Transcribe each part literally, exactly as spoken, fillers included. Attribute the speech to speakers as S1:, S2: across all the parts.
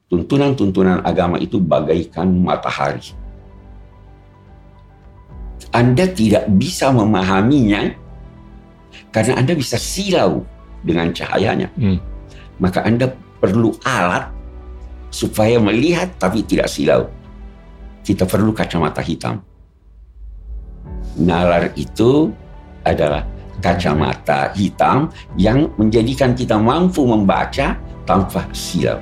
S1: tuntunan-tuntunan agama itu bagaikan matahari. Anda tidak bisa memahaminya karena Anda bisa silau dengan cahayanya. Hmm. Maka Anda perlu alat supaya melihat tapi tidak silau. Kita perlu kacamata hitam. Nalar itu adalah kacamata hitam yang menjadikan kita mampu membaca tanpa silau.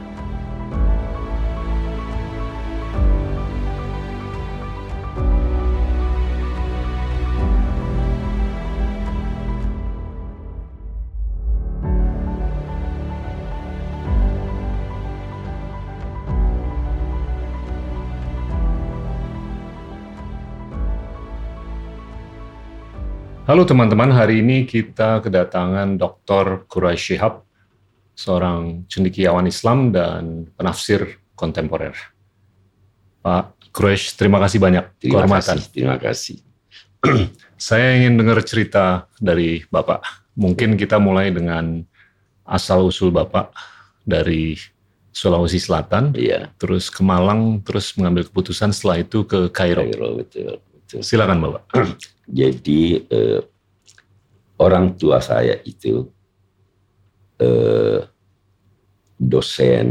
S2: Halo teman-teman, hari ini kita kedatangan Doktor Quraish Shihab, seorang cendekiawan Islam dan penafsir kontemporer. Pak Quraish, terima kasih banyak
S1: terima
S2: kehormatan.
S1: Kasih, terima kasih.
S2: Saya ingin dengar cerita dari Bapak. Mungkin kita mulai dengan asal-usul Bapak dari Sulawesi Selatan,
S1: iya.
S2: terus ke Malang, terus mengambil keputusan setelah itu ke Kairo.
S1: Kairo, betul, betul.
S2: Silakan Bapak.
S1: Jadi eh, orang tua saya itu eh, dosen,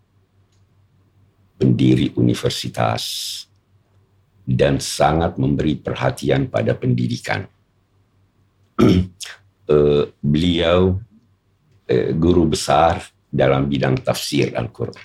S1: pendiri universitas, dan sangat memberi perhatian pada pendidikan. eh, beliau eh, guru besar dalam bidang tafsir Al-Quran.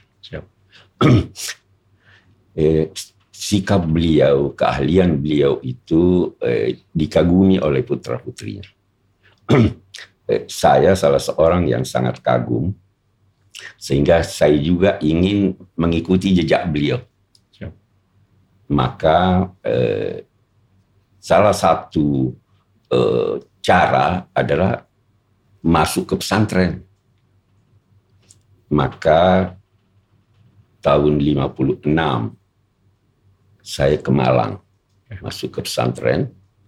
S1: eh, Sikap beliau, keahlian beliau itu eh, dikagumi oleh putra-putrinya. eh, saya salah seorang yang sangat kagum, sehingga saya juga ingin mengikuti jejak beliau. Siap. Maka eh, salah satu eh, cara adalah masuk ke pesantren. Maka tahun lima puluh enam saya ke Malang, masuk ke pesantren,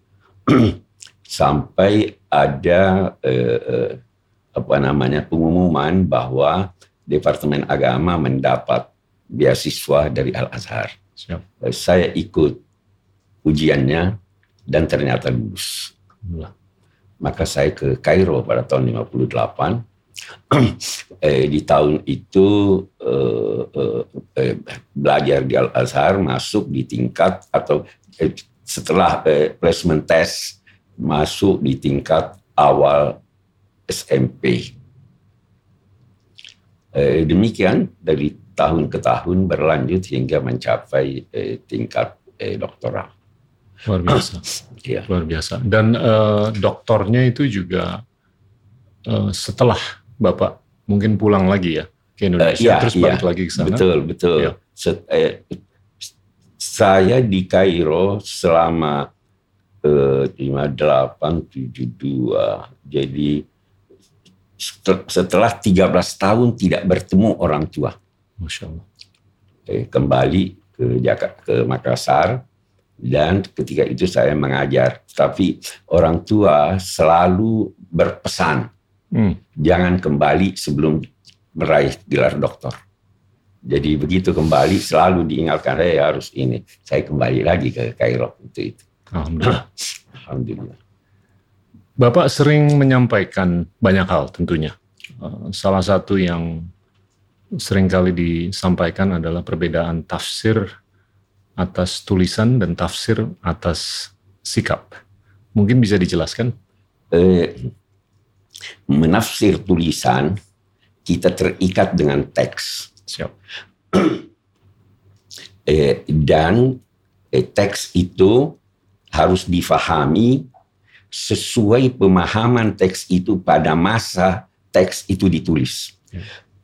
S1: sampai ada eh, apa namanya pengumuman bahwa Departemen Agama mendapat beasiswa dari Al-Azhar. Siap. Saya ikut ujiannya dan ternyata lulus. Maka saya ke Kairo pada tahun lima puluh delapan. eh, di tahun itu eh, eh, eh, belajar di Al-Azhar, masuk di tingkat atau eh, setelah eh, placement test masuk di tingkat awal S M P. Eh, demikian dari tahun ke tahun berlanjut hingga mencapai eh, tingkat eh, doktoral.
S2: Luar biasa,
S1: ya.
S2: Luar biasa. Dan eh, doktornya itu juga eh, setelah Bapak mungkin pulang lagi ya ke Indonesia, uh, iya, terus balik iya, lagi ke sana.
S1: Betul, betul. Iya. Set, eh, saya di Kairo selama eh, lima delapan tujuh dua. Jadi setelah tiga belas tahun tidak bertemu orang tua.
S2: Masya Allah.
S1: Eh, kembali ke Jakarta, ke Makassar, dan ketika itu saya mengajar. Tapi orang tua selalu berpesan, Hmm. jangan kembali sebelum meraih gelar doktor. Jadi begitu kembali selalu diingatkan saya harus ini. Saya kembali lagi ke Kairo itu itu.
S2: Alhamdulillah.
S1: Alhamdulillah.
S2: Bapak sering menyampaikan banyak hal tentunya. Salah satu yang sering kali disampaikan adalah perbedaan tafsir atas tulisan dan tafsir atas sikap. Mungkin bisa dijelaskan?
S1: Eh, menafsir tulisan, kita terikat dengan teks.
S2: Siap.
S1: eh, dan eh, teks itu harus difahami sesuai pemahaman teks itu pada masa teks itu ditulis. Ya.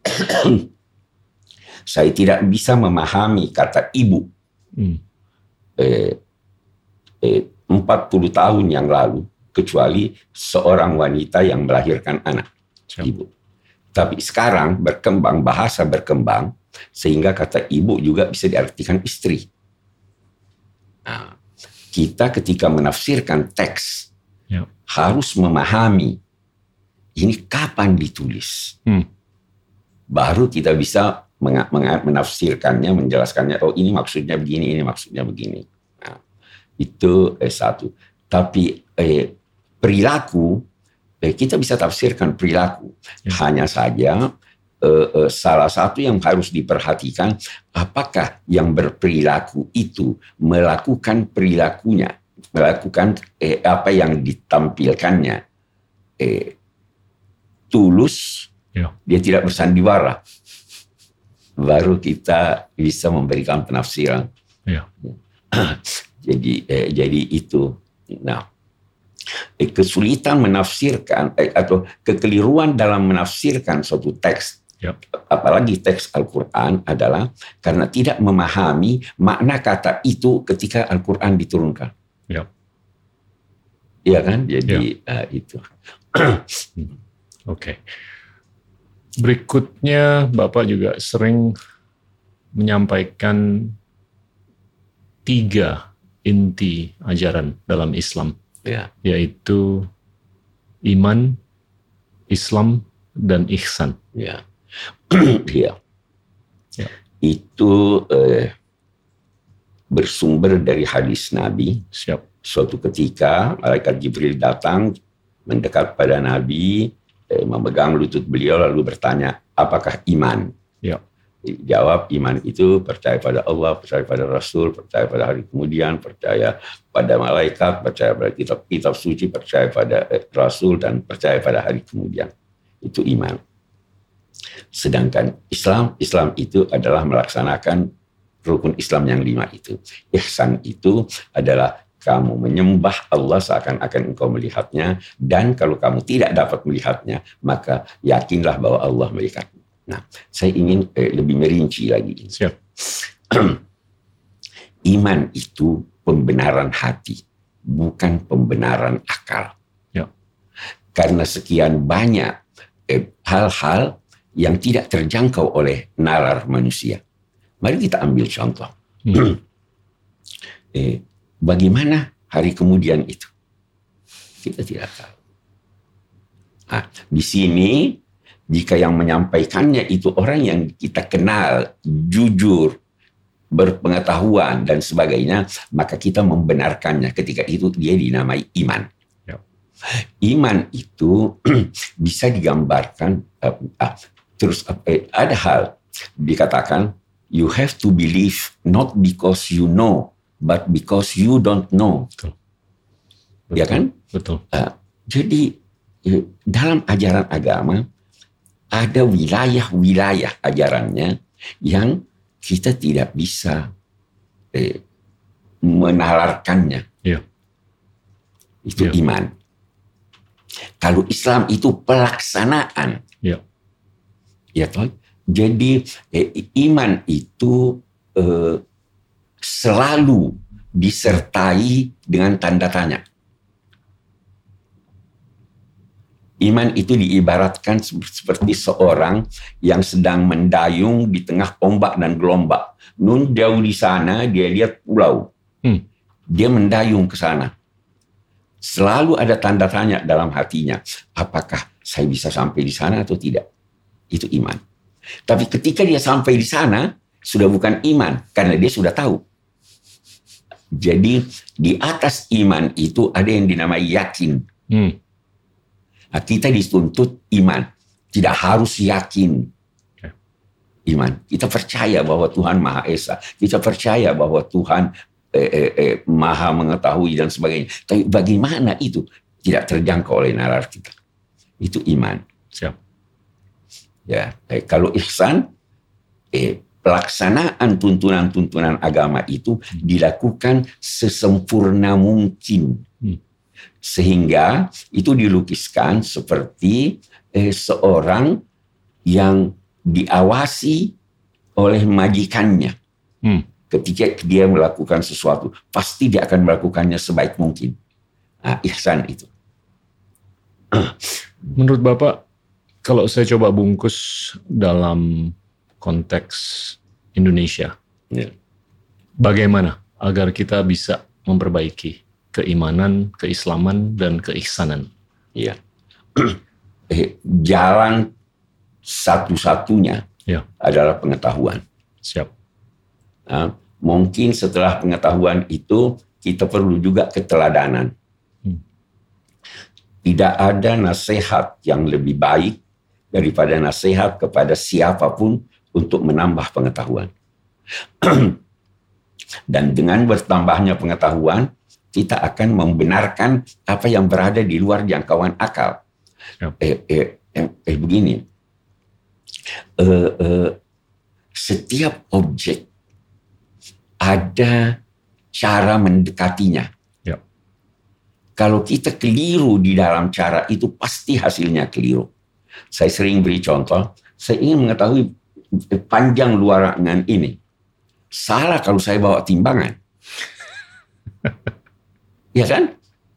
S1: Saya tidak bisa memahami kata ibu hmm. eh, eh, empat puluh tahun yang lalu, kecuali seorang wanita yang melahirkan anak, Siap. ibu. Tapi sekarang berkembang, bahasa berkembang, sehingga kata ibu juga bisa diartikan istri. Nah, kita ketika menafsirkan teks, ya. harus memahami ini kapan ditulis. Hmm. Baru kita bisa meng- meng- menafsirkannya, menjelaskannya. Oh ini maksudnya begini, ini maksudnya begini. Nah, itu eh, satu. Tapi eh, perilaku eh, kita bisa tafsirkan perilaku. Ya. Hanya saja eh, eh, salah satu yang harus diperhatikan, apakah yang berperilaku itu melakukan perilakunya, melakukan eh, apa yang ditampilkannya eh, tulus, ya. Dia tidak bersandiwara, baru kita bisa memberikan penafsiran. Ya. jadi eh, jadi itu. Nah, eh, kesulitan menafsirkan eh, atau kekeliruan dalam menafsirkan suatu teks, ya. Apalagi teks Al-Quran, adalah karena tidak memahami makna kata itu ketika Al-Quran diturunkan. Ya. Iya kan? Jadi ya. uh, itu.
S2: Oke. Okay. Berikutnya Bapak juga sering menyampaikan tiga inti ajaran dalam Islam, ya. Yaitu iman, Islam, dan ihsan.
S1: Ya. Ya. Ya. Itu eh, bersumber dari hadis Nabi.
S2: Siap.
S1: Suatu ketika malaikat Jibril datang mendekat pada Nabi, eh, memegang lutut beliau lalu bertanya, apakah iman?
S2: Ya.
S1: Jawab, iman itu percaya pada Allah, percaya pada Rasul, percaya pada hari kemudian, percaya pada malaikat, percaya pada kitab-kitab suci, percaya pada eh, Rasul, dan percaya pada hari kemudian. Itu iman. Sedangkan Islam, Islam itu adalah melaksanakan rukun Islam yang lima itu. Ihsan itu adalah kamu menyembah Allah seakan-akan engkau melihatnya, dan kalau kamu tidak dapat melihatnya, maka yakinlah bahwa Allah melihatmu. Nah, saya ingin eh, lebih merinci lagi.
S2: Siap.
S1: Iman itu pembenaran hati, bukan pembenaran akal.
S2: Ya.
S1: Karena sekian banyak eh, hal-hal yang tidak terjangkau oleh nalar manusia. Mari kita ambil contoh. Hmm. eh, Bagaimana hari kemudian itu? Kita tidak tahu. Nah, di sini, jika yang menyampaikannya itu orang yang kita kenal, jujur, berpengetahuan, dan sebagainya, maka kita membenarkannya. Ketika itu dia dinamai iman. Ya. Iman itu bisa digambarkan, uh, terus uh, ada hal dikatakan, you have to believe not because you know, but because you don't know.
S2: Betul.
S1: Ya kan?
S2: Betul.
S1: Uh, jadi dalam ajaran agama ada wilayah-wilayah ajarannya yang kita tidak bisa eh, menalarkannya.
S2: Ya.
S1: Itu ya. Iman. Kalau Islam itu pelaksanaan.
S2: Ya.
S1: Ya toh. Jadi eh, iman itu eh, selalu disertai dengan tanda tanya. Iman itu diibaratkan seperti seorang yang sedang mendayung di tengah ombak dan gelombang. Nun jauh di sana dia lihat pulau. Hmm. Dia mendayung ke sana. Selalu ada tanda tanya dalam hatinya. Apakah saya bisa sampai di sana atau tidak? Itu iman. Tapi ketika dia sampai di sana, sudah bukan iman. Karena dia sudah tahu. Jadi di atas iman itu ada yang dinamai yakin. Hmm. Nah, kita dituntut iman. Tidak harus yakin. Iman. Kita percaya bahwa Tuhan Maha Esa. Kita percaya bahwa Tuhan eh, eh, eh, Maha mengetahui dan sebagainya. Tapi bagaimana itu tidak terjangkau oleh nalar kita. Itu iman.
S2: Siap.
S1: Ya, eh, kalau ihsan, eh, pelaksanaan tuntunan-tuntunan agama itu dilakukan sesempurna mungkin. Hmm. Sehingga itu dilukiskan seperti eh, seorang yang diawasi oleh majikannya. Hmm. Ketika dia melakukan sesuatu, pasti dia akan melakukannya sebaik mungkin. Nah, ihsan itu.
S2: Menurut Bapak, kalau saya coba bungkus dalam konteks Indonesia, ya. Bagaimana agar kita bisa memperbaiki keimanan, keislaman, dan keihsanan?
S1: Ya. Jalan satu-satunya
S2: ya.
S1: adalah pengetahuan.
S2: Siap.
S1: Nah, mungkin setelah pengetahuan itu kita perlu juga keteladanan. Hmm. Tidak ada nasihat yang lebih baik daripada nasihat kepada siapapun untuk menambah pengetahuan. Dan dengan bertambahnya pengetahuan, kita akan membenarkan apa yang berada di luar jangkauan akal. Yep. Eh, eh, eh, eh, begini, eh, eh, setiap objek ada cara mendekatinya.
S2: Yep.
S1: Kalau kita keliru di dalam cara itu, pasti hasilnya keliru. Saya sering beri contoh, saya ingin mengetahui panjang luarangan ini. Salah kalau saya bawa timbangan. Ya kan?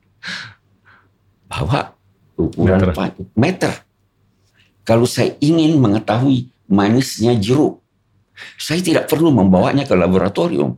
S1: Bawa ukuran meter. meter. Kalau saya ingin mengetahui manisnya jeruk, saya tidak perlu membawanya ke laboratorium.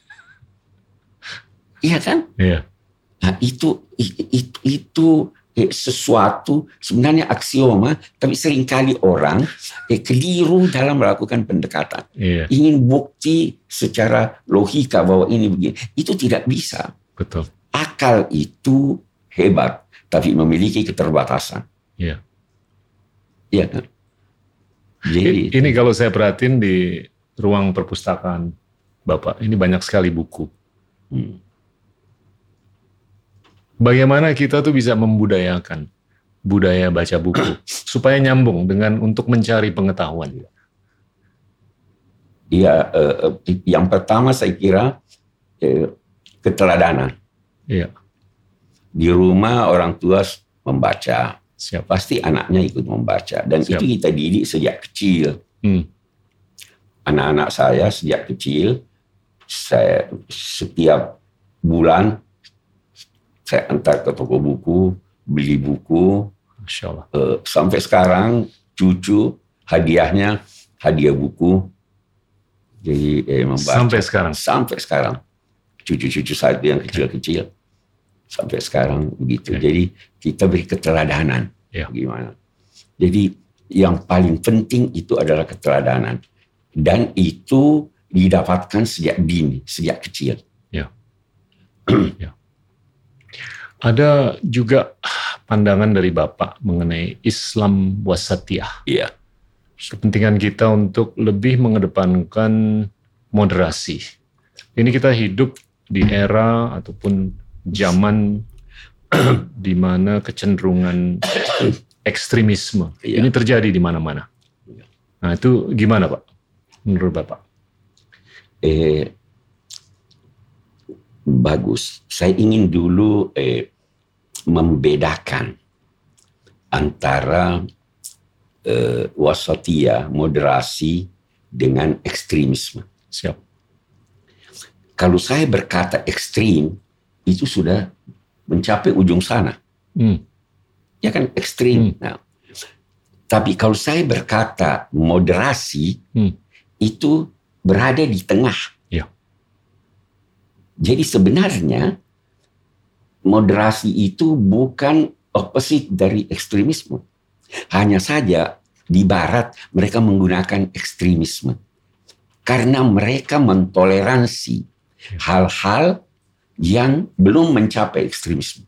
S1: Iya kan?
S2: Iya.
S1: Nah, itu itu, itu eh, sesuatu sebenarnya aksioma, tapi seringkali orang eh, keliru dalam melakukan pendekatan.
S2: Iya.
S1: Ingin bukti secara logika bahwa ini begini, itu tidak bisa.
S2: Betul.
S1: Akal itu hebat, tapi memiliki keterbatasan.
S2: Iya.
S1: Iya kan? Jadi,
S2: ini kalau saya perhatiin di ruang perpustakaan Bapak, ini banyak sekali buku. Hmm. Bagaimana kita tuh bisa membudayakan budaya baca buku supaya nyambung dengan untuk mencari pengetahuan?
S1: Iya, eh, yang pertama saya kira eh, keteladanan.
S2: Iya.
S1: Di rumah orang tua membaca,
S2: siap.
S1: Pasti anaknya ikut membaca, dan siap. Itu kita didik sejak kecil.
S2: Hmm.
S1: Anak-anak saya sejak kecil, saya setiap bulan saya antar ke toko buku, beli buku.
S2: Masya Allah.
S1: Uh, sampai sekarang cucu hadiahnya hadiah buku. Jadi eh, membaca.
S2: Sampai sekarang.
S1: Sampai sekarang. Cucu-cucu saya yang kecil-kecil. Sampai sekarang begitu. Okay. Jadi kita beri keteladanan.
S2: Yeah.
S1: Gimana? Jadi yang paling penting itu adalah keteladanan. Dan itu didapatkan sejak dini, sejak kecil.
S2: Ya. Ya. Ada juga pandangan dari Bapak mengenai Islam wasatiyah.
S1: Iya.
S2: Kepentingan kita untuk lebih mengedepankan moderasi. Ini kita hidup di era ataupun zaman di mana kecenderungan ekstremisme iya. ini terjadi di mana-mana. Nah, itu gimana, Pak? Menurut Bapak?
S1: Eh, bagus. Saya ingin dulu eh, membedakan antara eh, wasatiyah, moderasi, dengan ekstremisme.
S2: Siap.
S1: Kalau saya berkata ekstrim, itu sudah mencapai ujung sana.
S2: Hmm.
S1: Ya kan, ekstrim.
S2: Hmm.
S1: Nah, tapi kalau saya berkata moderasi, hmm. itu berada di tengah.
S2: Ya.
S1: Jadi sebenarnya moderasi itu bukan opposite dari ekstremisme. Hanya saja di Barat mereka menggunakan ekstremisme karena mereka mentoleransi ya. hal-hal yang belum mencapai ekstremisme.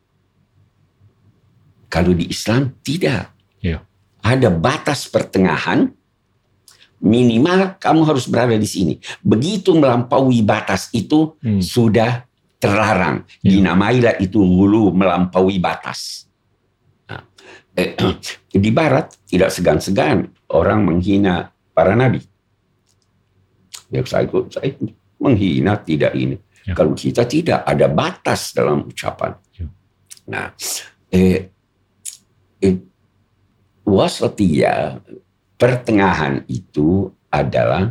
S1: Kalau di Islam tidak.
S2: Ya.
S1: Ada batas pertengahan, minimal kamu harus berada di sini. Begitu melampaui batas itu hmm. sudah terlarang. Ya. Dinamailah itu ghulu, melampaui batas. Nah, eh, di Barat tidak segan-segan orang menghina para nabi. Ya, saya, saya menghina tidak ini. Ya. Kalau kita tidak ada batas dalam ucapan. Ya. Nah, eh, eh, wasatiyah, pertengahan itu adalah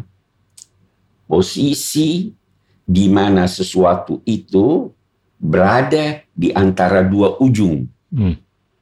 S1: posisi di mana sesuatu itu berada di antara dua ujung. Hmm.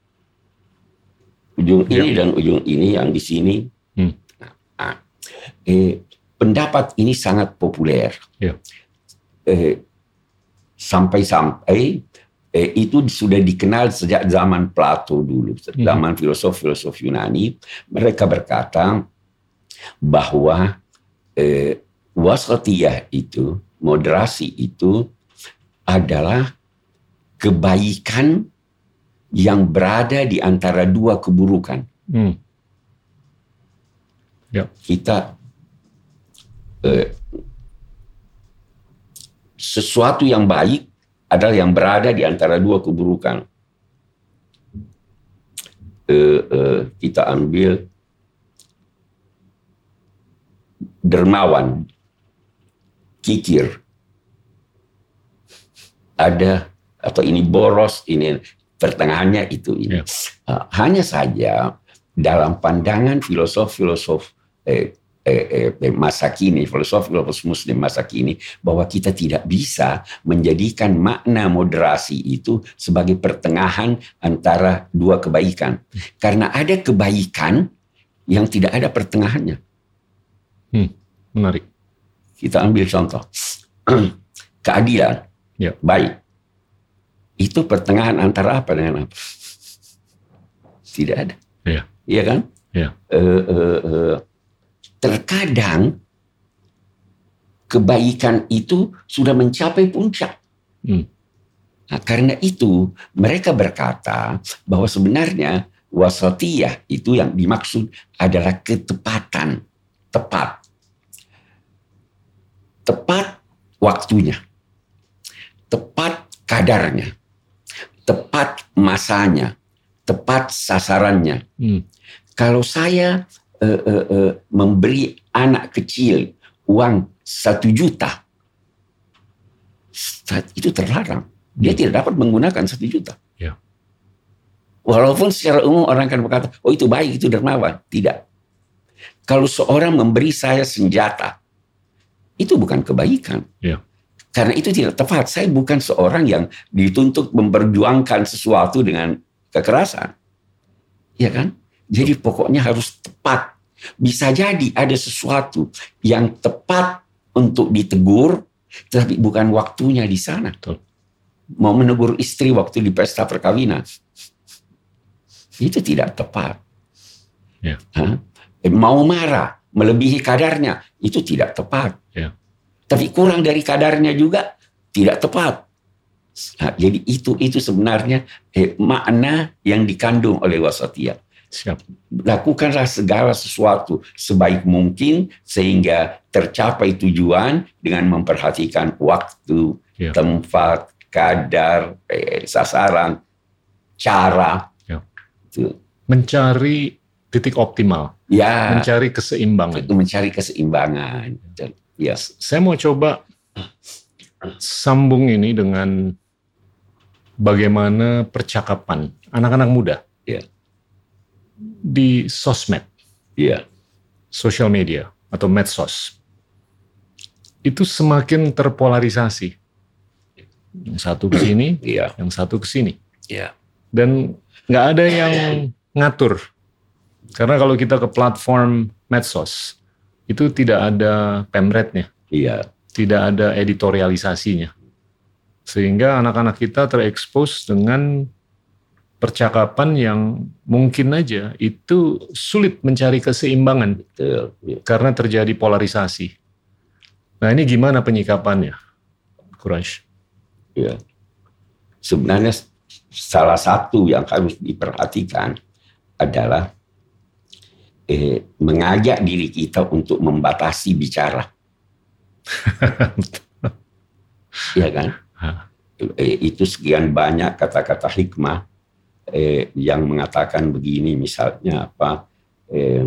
S1: Ujung ya. ini dan ujung ini yang di sini. Hmm. Nah, eh, pendapat ini sangat populer.
S2: Ya.
S1: Eh, sampai-sampai eh, itu sudah dikenal sejak zaman Plato dulu, zaman hmm. filosof-filosof Yunani. Mereka berkata bahwa eh, wasatiyah itu, moderasi itu adalah kebaikan yang berada di antara dua keburukan. Hmm. Ya. Kita eh, sesuatu yang baik adalah yang berada di antara dua keburukan. Eh, eh, kita ambil dermawan, kikir, ada atau ini boros, ini pertengahannya itu ini. Ya. Uh, hanya saja dalam pandangan filosof-filosof eh, eh, eh, masa kini, filosof-filosof Muslim masa kini, bahwa kita tidak bisa menjadikan makna moderasi itu sebagai pertengahan antara dua kebaikan, karena ada kebaikan yang tidak ada pertengahannya.
S2: Hmm, menarik.
S1: Kita ambil contoh keadilan, ya. Baik. Itu pertengahan antara apa dengan apa? Tidak ada. Iya. Iya kan? Iya. Uh, uh, uh, terkadang kebaikan itu sudah mencapai puncak. Hmm. Nah, karena itu mereka berkata bahwa sebenarnya wasatiyah itu yang dimaksud adalah ketepatan, tepat, tepat waktunya, tepat kadarnya, tepat masanya, tepat sasarannya. Hmm. Kalau saya uh, uh, uh, memberi anak kecil uang satu juta, itu terlarang. Dia hmm. tidak dapat menggunakan satu juta. Ya. Walaupun secara umum orang akan berkata, oh itu baik, itu dermawan. Tidak. Kalau seorang memberi saya senjata, itu bukan kebaikan. Ya. Karena itu tidak tepat. Saya bukan seorang yang dituntut memperjuangkan sesuatu dengan kekerasan. Ya kan? Jadi pokoknya harus tepat. Bisa jadi ada sesuatu yang tepat untuk ditegur, tapi bukan waktunya di sana. Betul. Mau menegur istri waktu di pesta perkawinan, itu tidak tepat. Ya. Mau marah, melebihi kadarnya, itu tidak tepat. Ya. Tapi kurang dari kadarnya juga tidak tepat. Nah, jadi itu itu sebenarnya eh, makna yang dikandung oleh wasatiyah. Siap. Lakukanlah segala sesuatu sebaik mungkin sehingga tercapai tujuan dengan memperhatikan waktu, ya. Tempat, kadar, eh, sasaran, cara. Ya. Itu.
S2: Mencari titik optimal.
S1: Ya.
S2: Mencari keseimbangan.
S1: Itu mencari keseimbangan. Ya.
S2: Saya mau coba sambung ini dengan bagaimana percakapan anak-anak muda. Ya. Di sosmed,
S1: yeah.
S2: Social media atau medsos, itu semakin terpolarisasi. Yang satu ke sini, yeah. yang satu ke sini, yeah. Dan nggak ada yang ngatur. Karena kalau kita ke platform medsos, itu tidak ada pemretnya, yeah. Tidak ada editorialisasinya, sehingga anak-anak kita terekspos dengan percakapan yang mungkin aja itu sulit mencari keseimbangan. Betul, ya. Karena terjadi polarisasi. Nah ini gimana penyikapannya, Quraish?
S1: Ya, sebenarnya salah satu yang harus diperhatikan adalah eh, mengajak diri kita untuk membatasi bicara. Ya kan? Eh, itu sekian banyak kata-kata hikmah Eh, yang mengatakan begini, misalnya apa? Eh,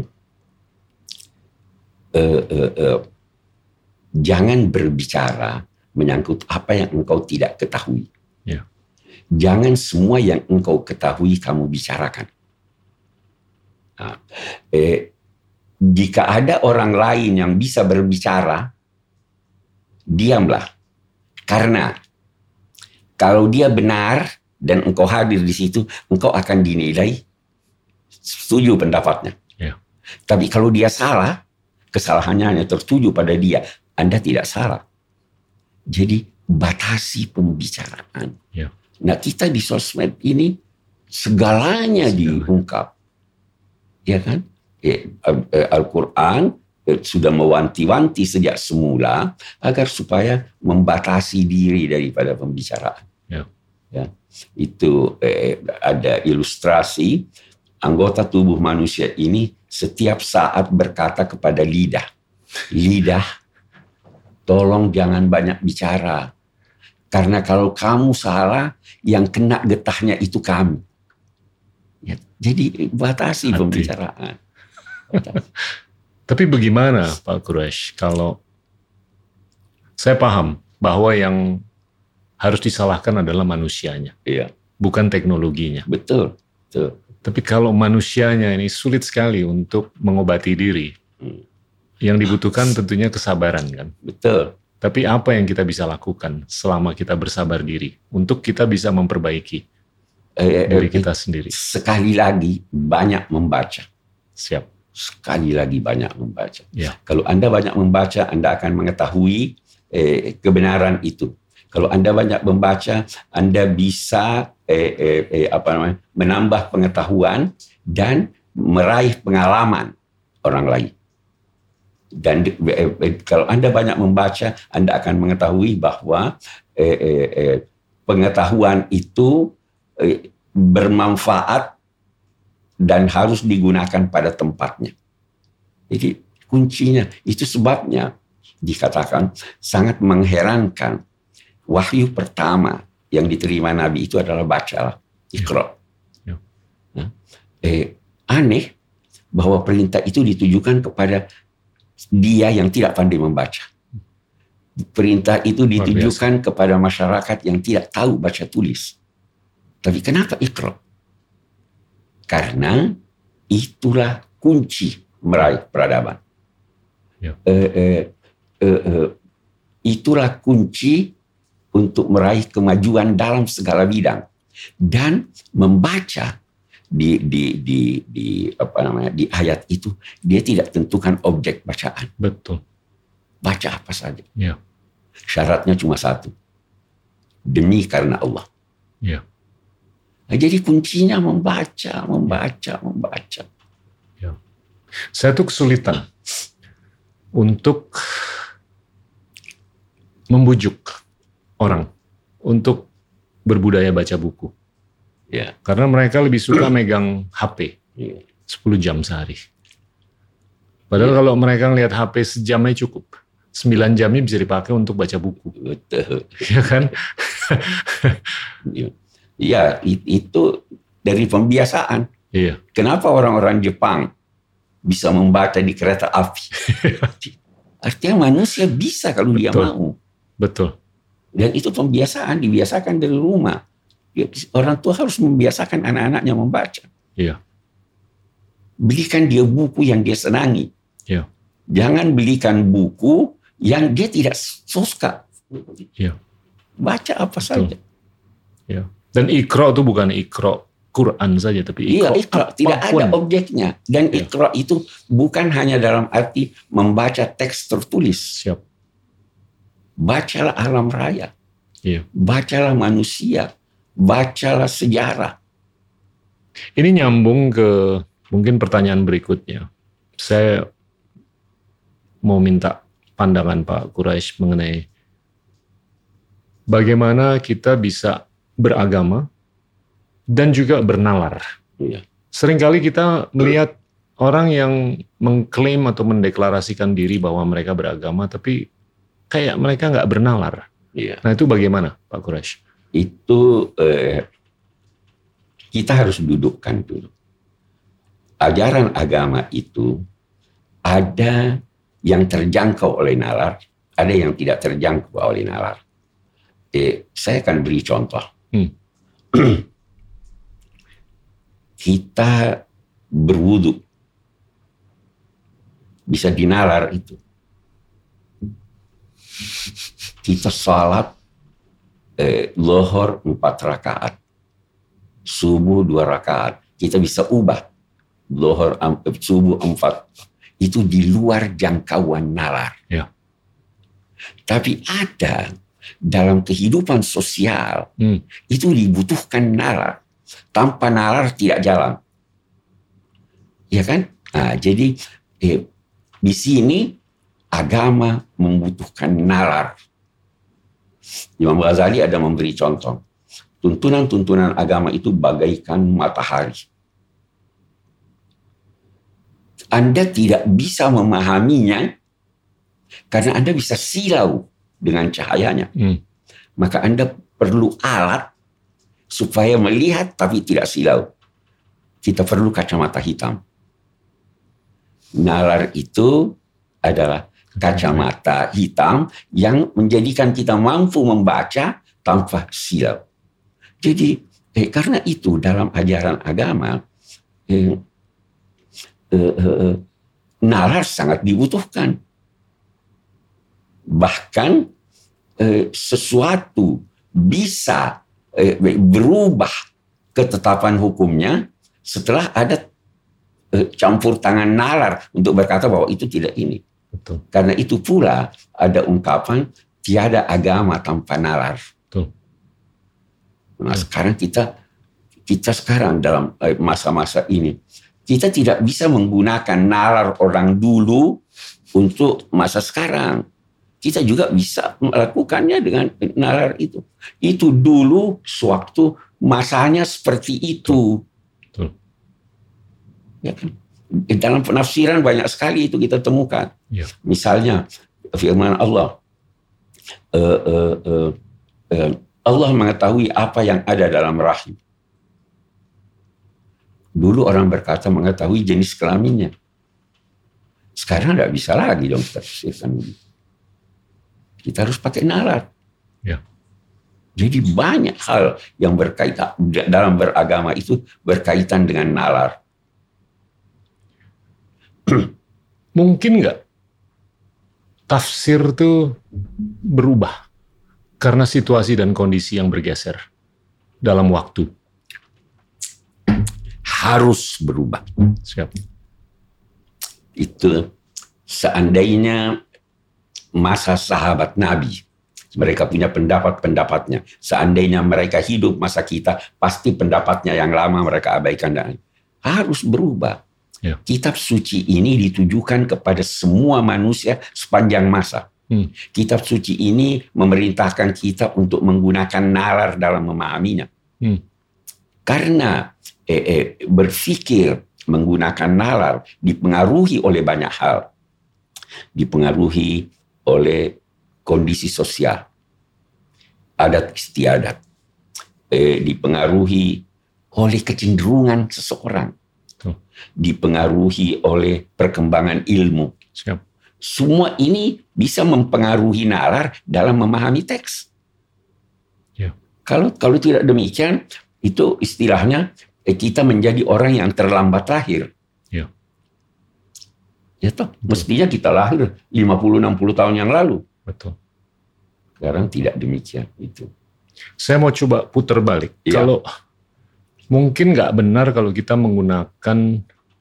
S1: eh, eh, eh, jangan berbicara menyangkut apa yang engkau tidak ketahui. Yeah. Jangan semua yang engkau ketahui kamu bicarakan. Nah, eh, jika ada orang lain yang bisa berbicara, diamlah. Karena kalau dia benar dan engkau hadir di situ, engkau akan dinilai setuju pendapatnya. Ya. Tapi kalau dia salah, kesalahannya hanya tertuju pada dia. Anda tidak salah. Jadi batasi pembicaraan. Ya. Nah kita di sosmed ini segalanya Segala. diungkap. Ya kan? Al-Quran sudah mewanti-wanti sejak semula agar supaya membatasi diri daripada pembicaraan.
S2: Ya.
S1: Ya, itu eh, ada ilustrasi anggota tubuh manusia ini setiap saat berkata kepada lidah, lidah, tolong jangan banyak bicara, karena kalau kamu salah, yang kena getahnya itu kami. Ya, jadi batasi Hati. pembicaraan. Batasi.
S2: Tapi bagaimana Pak Quraisy kalau saya paham bahwa yang harus disalahkan adalah manusianya,
S1: iya.
S2: bukan teknologinya.
S1: Betul, betul.
S2: Tapi kalau manusianya ini sulit sekali untuk mengobati diri, hmm. yang dibutuhkan tentunya kesabaran kan.
S1: Betul.
S2: Tapi apa yang kita bisa lakukan selama kita bersabar diri untuk kita bisa memperbaiki eh, diri kita eh, sendiri?
S1: Sekali lagi banyak membaca.
S2: Siap.
S1: Sekali lagi banyak membaca.
S2: Ya.
S1: Kalau Anda banyak membaca, Anda akan mengetahui eh, kebenaran itu. Kalau Anda banyak membaca, Anda bisa eh, eh, eh, apa namanya, menambah pengetahuan dan meraih pengalaman orang lain. Dan eh, eh, kalau Anda banyak membaca, Anda akan mengetahui bahwa eh, eh, eh, pengetahuan itu eh, bermanfaat dan harus digunakan pada tempatnya. Jadi kuncinya, itu sebabnya dikatakan sangat mengherankan. Wahyu pertama yang diterima Nabi itu adalah bacalah, Iqra.
S2: Ya.
S1: Nah, eh, aneh bahwa perintah itu ditujukan kepada dia yang tidak pandai membaca. Perintah itu ditujukan kepada masyarakat yang tidak tahu baca tulis. Tapi kenapa Iqra? Karena itulah kunci meraih peradaban.
S2: Ya.
S1: Eh, eh, eh, eh, itulah kunci untuk meraih kemajuan dalam segala bidang. Dan membaca di di di di apa namanya di ayat itu dia tidak tentukan objek bacaan.
S2: Betul.
S1: Baca apa saja.
S2: Ya.
S1: Syaratnya cuma satu. Demi karena Allah.
S2: Ya.
S1: Nah, jadi kuncinya membaca, membaca, membaca.
S2: Ya. Saya tuh kesulitan untuk membujuk orang untuk berbudaya baca buku.
S1: Ya.
S2: Karena mereka lebih suka megang H P
S1: ya.
S2: sepuluh jam sehari. Padahal ya. Kalau mereka ngelihat H P sejamnya cukup. sembilan jamnya bisa dipakai untuk baca buku.
S1: Betul.
S2: Ya kan?
S1: Ya. Ya, itu dari pembiasaan.
S2: Iya.
S1: Kenapa orang-orang Jepang bisa membaca di kereta api? Artinya manusia bisa kalau
S2: Betul.
S1: dia mau.
S2: Betul.
S1: Dan itu pembiasaan, dibiasakan dari rumah. Orang tua harus membiasakan anak-anaknya membaca.
S2: Iya.
S1: Belikan dia buku yang dia senangi.
S2: Iya.
S1: Jangan belikan buku yang dia tidak suka.
S2: Iya.
S1: Baca apa
S2: Betul.
S1: saja.
S2: Iya. Dan Iqra itu bukan Iqra Quran saja, tapi Iqra.
S1: Iya, Iqra. Tidak ada objeknya. Dan
S2: ya.
S1: Iqra itu bukan hanya dalam arti membaca teks tertulis.
S2: Siap.
S1: Bacalah alam raya.
S2: Iya.
S1: Bacalah manusia. Bacalah sejarah.
S2: Ini nyambung ke mungkin pertanyaan berikutnya. Saya mau minta pandangan Pak Quraisy mengenai bagaimana kita bisa beragama dan juga bernalar.
S1: Iya.
S2: Seringkali kita melihat orang yang mengklaim atau mendeklarasikan diri bahwa mereka beragama, tapi kayak mereka nggak bernalar.
S1: Iya.
S2: Nah itu bagaimana Pak Quraisy?
S1: Itu eh, kita harus dudukkan dulu. Ajaran agama itu ada yang terjangkau oleh nalar, ada yang tidak terjangkau oleh nalar. Eh, saya akan beri contoh.
S2: Hmm.
S1: Kita berwudu bisa dinalar itu. Kita salat eh, lohor empat rakaat, subuh dua rakaat. Kita bisa ubah lohor subuh empat. Itu di luar jangkauan nalar.
S2: Ya.
S1: Tapi ada dalam kehidupan sosial
S2: hmm.
S1: itu dibutuhkan nalar. Tanpa nalar tidak jalan. Ya kan? Nah, jadi eh, Di sini agama membutuhkan nalar. Imam Ghazali ada memberi contoh. Tuntunan-tuntunan agama itu bagaikan matahari. Anda tidak bisa memahaminya karena Anda bisa silau dengan cahayanya. Hmm. Maka Anda perlu alat supaya melihat tapi tidak silau. Kita perlu kacamata hitam. Nalar itu adalah kacamata hitam yang menjadikan kita mampu membaca tanpa silau. Jadi eh, karena itu dalam ajaran agama eh, eh, eh, nalar sangat dibutuhkan. Bahkan eh, sesuatu bisa eh, berubah ketetapan hukumnya setelah ada eh, campur tangan nalar untuk berkata bahwa itu tidak ini. Betul. Karena itu pula ada ungkapan tiada agama tanpa nalar. Betul. Nah, sekarang kita kita sekarang dalam masa-masa ini kita tidak bisa menggunakan nalar orang dulu untuk masa sekarang. Kita juga bisa melakukannya dengan nalar itu. Itu dulu sewaktu masanya seperti itu. Betul. Ya kan? Dalam penafsiran banyak sekali itu kita temukan. Ya. Misalnya firman Allah, uh, uh, uh, uh, Allah mengetahui apa yang ada dalam rahim. Dulu orang berkata mengetahui jenis kelaminnya. Sekarang tidak bisa lagi dong tafsirkan. Kita harus pakai nalar. Ya. Jadi banyak hal yang berkaitan dalam beragama itu berkaitan dengan nalar.
S2: Mungkin nggak tafsir itu berubah karena situasi dan kondisi yang bergeser dalam waktu?
S1: Harus berubah.
S2: Siap.
S1: Itu seandainya masa sahabat Nabi, mereka punya pendapat-pendapatnya. Seandainya mereka hidup masa kita, pasti pendapatnya yang lama mereka abaikan. Dan harus berubah. Ya. Kitab suci ini ditujukan kepada semua manusia sepanjang masa. Hmm. Kitab suci ini memerintahkan kita untuk menggunakan nalar dalam memahaminya. Hmm. Karena eh, eh, berpikir menggunakan nalar dipengaruhi oleh banyak hal. Dipengaruhi oleh kondisi sosial, adat istiadat, eh, dipengaruhi oleh kecenderungan seseorang. Dipengaruhi oleh perkembangan ilmu. Siap. Semua ini bisa mempengaruhi nalar dalam memahami teks. Ya. Kalau kalau tidak demikian, itu istilahnya eh, kita menjadi orang yang terlambat lahir. Ya. Ya toh, mestinya kita lahir lima puluh enam puluh tahun yang lalu. Betul. Sekarang tidak demikian itu.
S2: Saya mau coba putar balik. Ya. Kalau mungkin nggak benar kalau kita menggunakan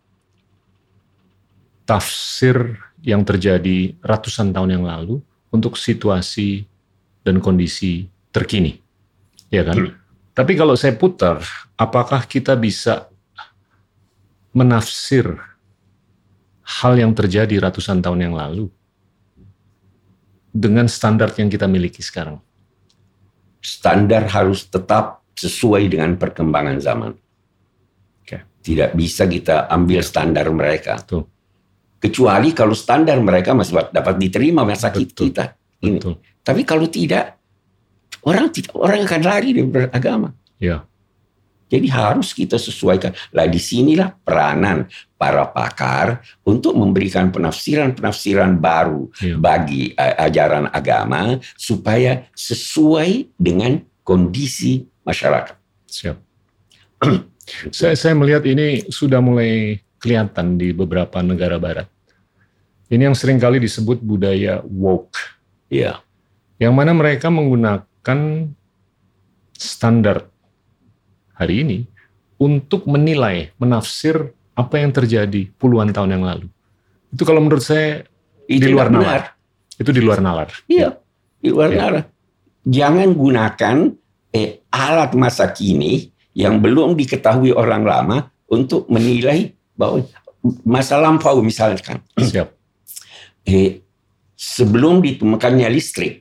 S2: tafsir yang terjadi ratusan tahun yang lalu untuk situasi dan kondisi terkini, ya kan? Hmm. Tapi kalau saya putar, apakah kita bisa menafsir hal yang terjadi ratusan tahun yang lalu dengan standar yang kita miliki sekarang?
S1: Standar harus tetap sesuai dengan perkembangan zaman. Okay. Tidak bisa kita ambil standar mereka. Betul. Kecuali kalau standar mereka masih dapat diterima masa kita ini. Betul. Tapi kalau tidak, orang tidak orang akan lari dari beragama. Ya. Jadi harus kita sesuaikan. Lah di sinilah peranan para pakar untuk memberikan penafsiran-penafsiran baru ya. Bagi ajaran agama supaya sesuai dengan kondisi masyarakat.
S2: Siap. saya, saya melihat ini sudah mulai kelihatan di beberapa negara barat. Ini yang sering kali disebut budaya woke.
S1: Ya.
S2: Yang mana mereka menggunakan standar hari ini untuk menilai, menafsir apa yang terjadi puluhan tahun yang lalu. Itu kalau menurut saya itu di luar nalar. Itu di luar nalar.
S1: Iya, di luar ya. Nalar. Jangan gunakan eh, alat masa kini yang belum diketahui orang lama untuk menilai bahwa masa lampau misalkan.
S2: Siap.
S1: eh, sebelum ditemukannya listrik,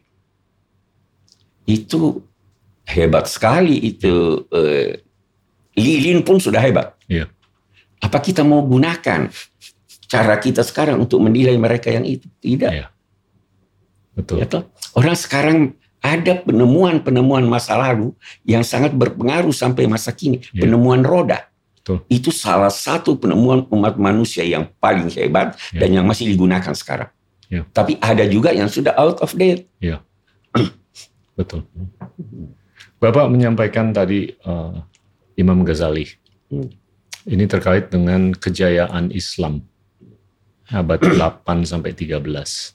S1: itu hebat sekali itu. Eh, lilin pun sudah hebat.
S2: Yeah.
S1: Apa kita mau gunakan cara kita sekarang untuk menilai mereka yang itu? Tidak.
S2: Yeah. Betul.
S1: Ya, toh? Orang sekarang ada penemuan-penemuan masa lalu yang sangat berpengaruh sampai masa kini. Yeah. Penemuan roda.
S2: Betul.
S1: Itu salah satu penemuan umat manusia yang paling hebat yeah. dan yang masih digunakan sekarang.
S2: Yeah.
S1: Tapi ada juga yang sudah out of date.
S2: Yeah. Betul. Bapak menyampaikan tadi uh, Imam Ghazali. Hmm. Ini terkait dengan kejayaan Islam abad delapan sampai tiga belas.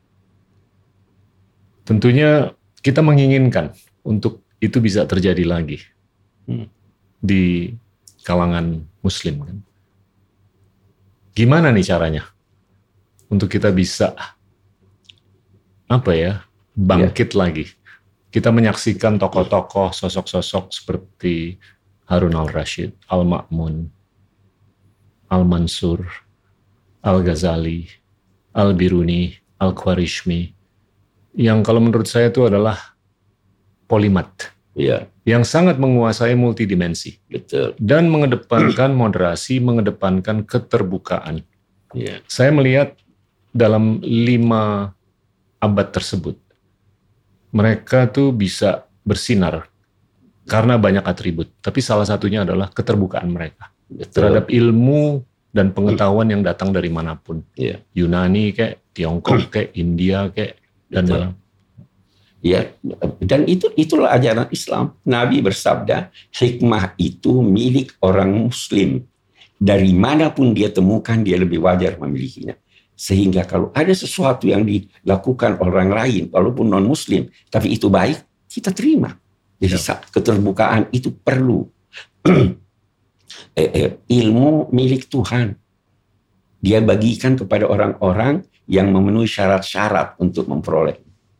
S2: Tentunya kita menginginkan untuk itu bisa terjadi lagi hmm. di kalangan Muslim. Kan? Gimana nih caranya untuk kita bisa apa ya bangkit yeah. lagi? Kita menyaksikan tokoh-tokoh, sosok-sosok seperti Harun al-Rashid, Al-Ma'mun, Al-Mansur, Al-Ghazali, Al-Biruni, Al-Khwarishmi, yang kalau menurut saya itu adalah polimat,
S1: ya.
S2: yang sangat menguasai multidimensi.
S1: Betul.
S2: Dan mengedepankan moderasi, mengedepankan keterbukaan.
S1: Ya.
S2: Saya melihat dalam lima abad tersebut, mereka tuh bisa bersinar karena banyak atribut. Tapi salah satunya adalah keterbukaan mereka. Betul. Terhadap ilmu dan pengetahuan yang datang dari manapun.
S1: Yeah.
S2: Yunani kayak, Tiongkok kayak, India kayak, dan dalam.
S1: Ya, dan itu itulah ajaran Islam. Nabi bersabda, hikmah itu milik orang Muslim. Dari manapun dia temukan, dia lebih wajar memilikinya. Sehingga kalau ada sesuatu yang dilakukan orang lain, walaupun non-Muslim, tapi itu baik, kita terima. Jadi ya. Keterbukaan itu perlu. eh, eh, ilmu milik Tuhan. Dia bagikan kepada orang-orang yang memenuhi syarat-syarat untuk memperoleh.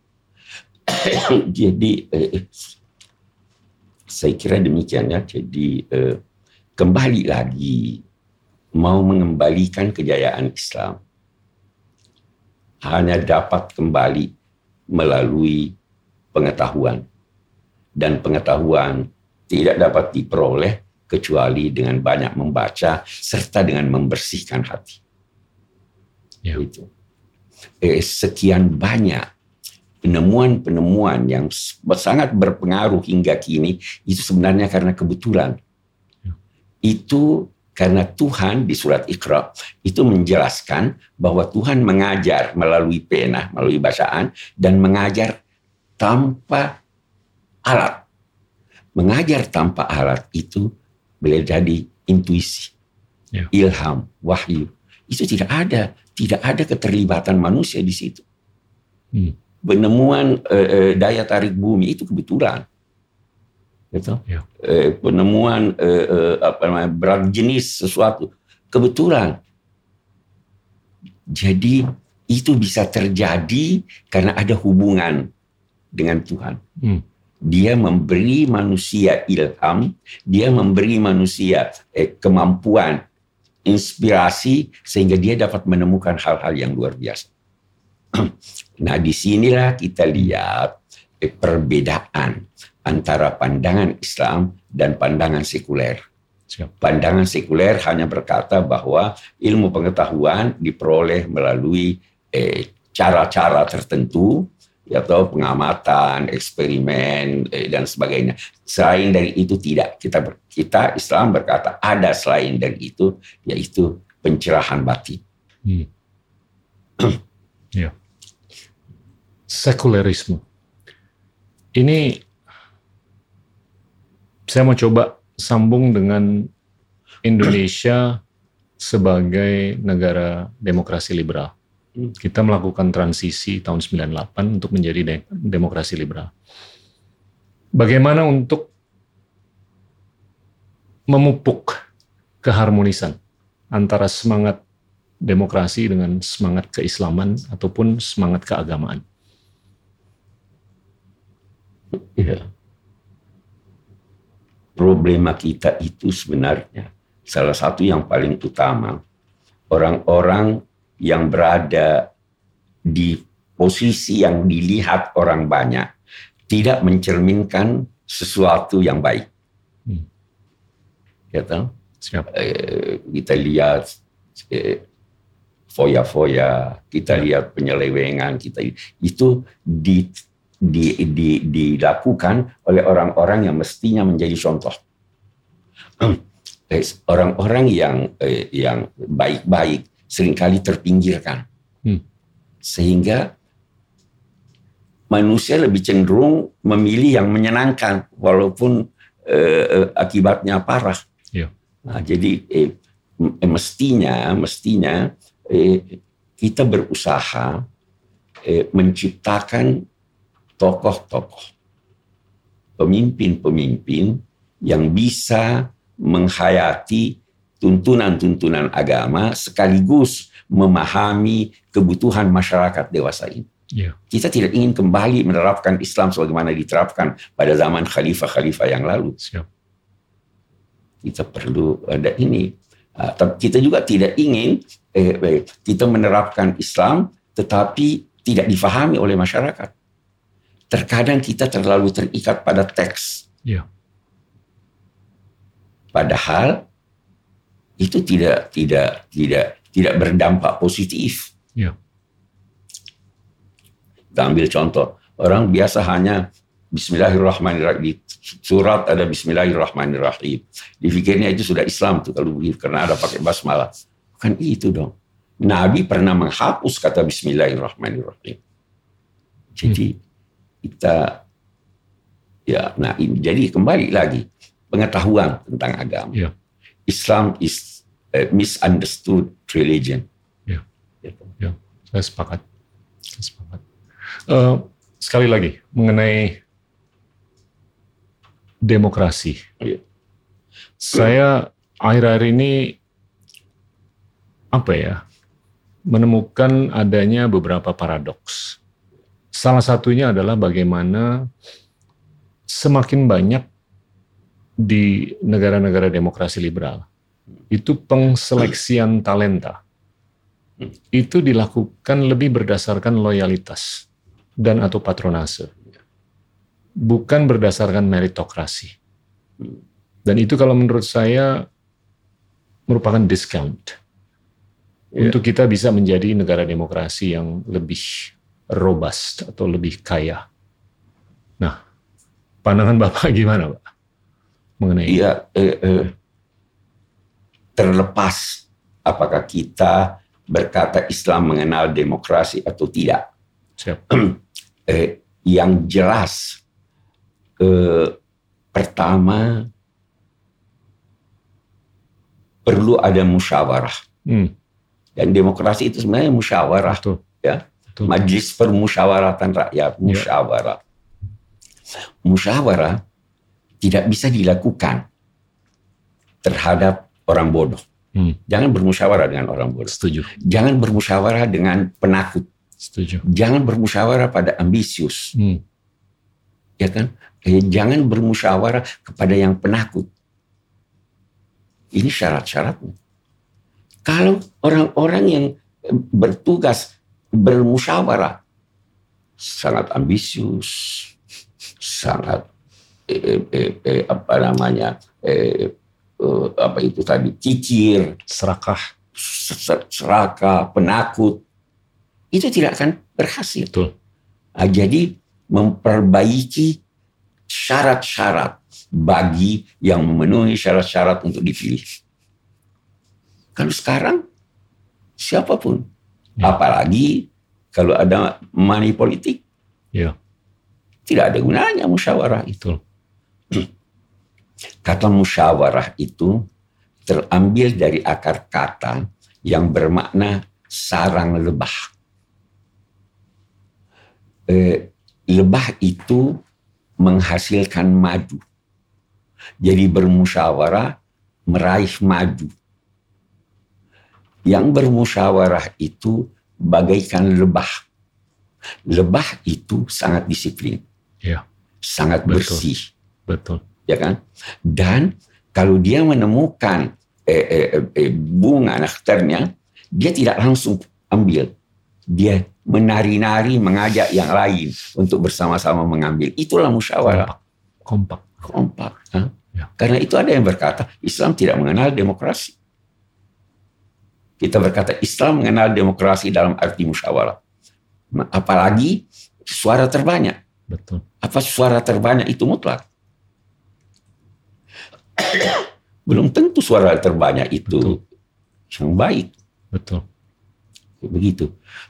S1: Jadi, eh, saya kira demikian ya. Jadi, eh, kembali lagi, mau mengembalikan kejayaan Islam. Hanya dapat kembali melalui pengetahuan. Dan pengetahuan tidak dapat diperoleh kecuali dengan banyak membaca serta dengan membersihkan hati. Ya. Itu. Eh, sekian banyak penemuan-penemuan yang sangat berpengaruh hingga kini itu sebenarnya karena kebetulan. Ya. Itu karena Tuhan di surat Iqra itu menjelaskan bahwa Tuhan mengajar melalui pena, melalui bacaan, dan mengajar tanpa alat. Mengajar tanpa alat itu boleh jadi intuisi, ya. Ilham, wahyu. Itu tidak ada, tidak ada keterlibatan manusia di situ. Hmm. Penemuan eh, daya tarik bumi itu kebetulan. Gitu? Ya. Eh, penemuan eh, eh, apa namanya berat jenis sesuatu kebetulan. Jadi itu bisa terjadi karena ada hubungan dengan Tuhan. Hmm. Dia memberi manusia ilham, dia memberi manusia eh, kemampuan, inspirasi sehingga dia dapat menemukan hal-hal yang luar biasa. Nah, disinilah kita lihat eh, perbedaan antara pandangan Islam dan pandangan sekuler. Pandangan sekuler hanya berkata bahwa ilmu pengetahuan diperoleh melalui eh, cara-cara tertentu, atau pengamatan, eksperimen, eh, dan sebagainya. Selain dari itu tidak. Kita, kita Islam berkata ada selain dari itu, yaitu pencerahan batin. Hmm.
S2: Ya. Sekulerisme. Ini saya mau coba sambung dengan Indonesia sebagai negara demokrasi liberal. Kita melakukan transisi tahun sembilan puluh delapan untuk menjadi de- demokrasi liberal. Bagaimana untuk memupuk keharmonisan antara semangat demokrasi dengan semangat keislaman ataupun semangat keagamaan?
S1: Ya. Problema kita itu sebenarnya salah satu yang paling utama, orang-orang yang berada di posisi yang dilihat orang banyak tidak mencerminkan sesuatu yang baik. Hmm. Gitu? Siap. Eh, kita lihat eh, foya-foya, kita ya. lihat penyelewengan, kita itu di, di, di, dilakukan oleh orang-orang yang mestinya menjadi contoh. Orang-orang yang eh, yang baik-baik seringkali terpinggirkan, hmm. sehingga manusia lebih cenderung memilih yang menyenangkan walaupun eh, akibatnya parah. Ya. Nah, jadi eh, mestinya mestinya eh, kita berusaha eh, menciptakan tokoh-tokoh, pemimpin-pemimpin yang bisa menghayati tuntunan-tuntunan agama sekaligus memahami kebutuhan masyarakat dewasa ini. Yeah. Kita tidak ingin kembali menerapkan Islam sebagaimana diterapkan pada zaman khalifah-khalifah yang lalu. Siap. Kita perlu ada ini. Kita juga tidak ingin eh, kita menerapkan Islam tetapi tidak difahami oleh masyarakat. Terkadang kita terlalu terikat pada teks. Yeah. Padahal itu tidak tidak tidak tidak berdampak positif. Yeah. Kita ambil contoh, orang biasa hanya Bismillahirrahmanirrahim, surat ada Bismillahirrahmanirrahim. Dipikirnya itu sudah Islam tuh kalau begitu, karena ada pakai basmalah. Bukan itu dong. Nabi pernah menghapus kata Bismillahirrahmanirrahim. Jadi kita, ya, nah ini, jadi kembali lagi pengetahuan tentang agama. Yeah. Islam is a misunderstood religion.
S2: Ya, gitu. Ya, saya sepakat. Saya sepakat. Uh, sekali lagi mengenai demokrasi. Ya. Saya akhir-akhir ini apa ya menemukan adanya beberapa paradoks. Salah satunya adalah bagaimana semakin banyak di negara-negara demokrasi liberal itu pengseleksian talenta itu dilakukan lebih berdasarkan loyalitas dan atau patronase, bukan berdasarkan meritokrasi. Dan itu kalau menurut saya merupakan discount yeah. untuk kita bisa menjadi negara demokrasi yang lebih robust atau lebih kaya. Nah, pandangan Bapak gimana, Pak? Mengenai
S1: iya, eh, eh, terlepas apakah kita berkata Islam mengenal demokrasi atau tidak. Siap. eh, yang jelas, eh, pertama perlu ada musyawarah. Hmm. Dan demokrasi itu sebenarnya musyawarah, Betul. ya, Betul. Majelis Permusyawaratan Rakyat, musyawarah. Ya. Musyawarah tidak bisa dilakukan terhadap orang bodoh. Hmm. Jangan bermusyawarah dengan orang bodoh.
S2: Setuju.
S1: Jangan bermusyawarah dengan penakut.
S2: Setuju.
S1: Jangan bermusyawarah pada ambisius. Hmm. Ya kan? Jangan bermusyawarah kepada yang penakut. Ini syarat-syaratnya. Kalau orang-orang yang bertugas bermusyawarah sangat ambisius, sangat eh, eh, eh, apa namanya? Eh, apa itu tadi, kikir,
S2: serakah,
S1: serakah, penakut, itu tidak akan berhasil.
S2: Betul.
S1: Nah, jadi memperbaiki syarat-syarat bagi yang memenuhi syarat-syarat untuk dipilih. Kalau sekarang siapapun, ya. Apalagi kalau ada money politik, ya. Tidak ada gunanya musyawarah itu. Kata musyawarah itu terambil dari akar kata yang bermakna sarang lebah. E, lebah itu menghasilkan madu. Jadi bermusyawarah meraih madu. Yang bermusyawarah itu bagaikan lebah. Lebah itu sangat disiplin. Ya. Sangat Betul. bersih.
S2: Betul.
S1: Ya kan? Dan kalau dia menemukan eh, eh, eh, bunga nektarnya, dia tidak langsung ambil. Dia menari-nari, mengajak yang lain untuk bersama-sama mengambil. Itulah musyawarah.
S2: Kompak.
S1: Kompak. Kompak. Ya. Karena itu ada yang berkata Islam tidak mengenal demokrasi. Kita berkata Islam mengenal demokrasi dalam arti musyawarah. Apalagi suara terbanyak.
S2: Betul.
S1: Apa suara terbanyak itu mutlak? Belum tentu suara terbanyak itu Betul. yang baik.
S2: Betul.
S1: Begitu.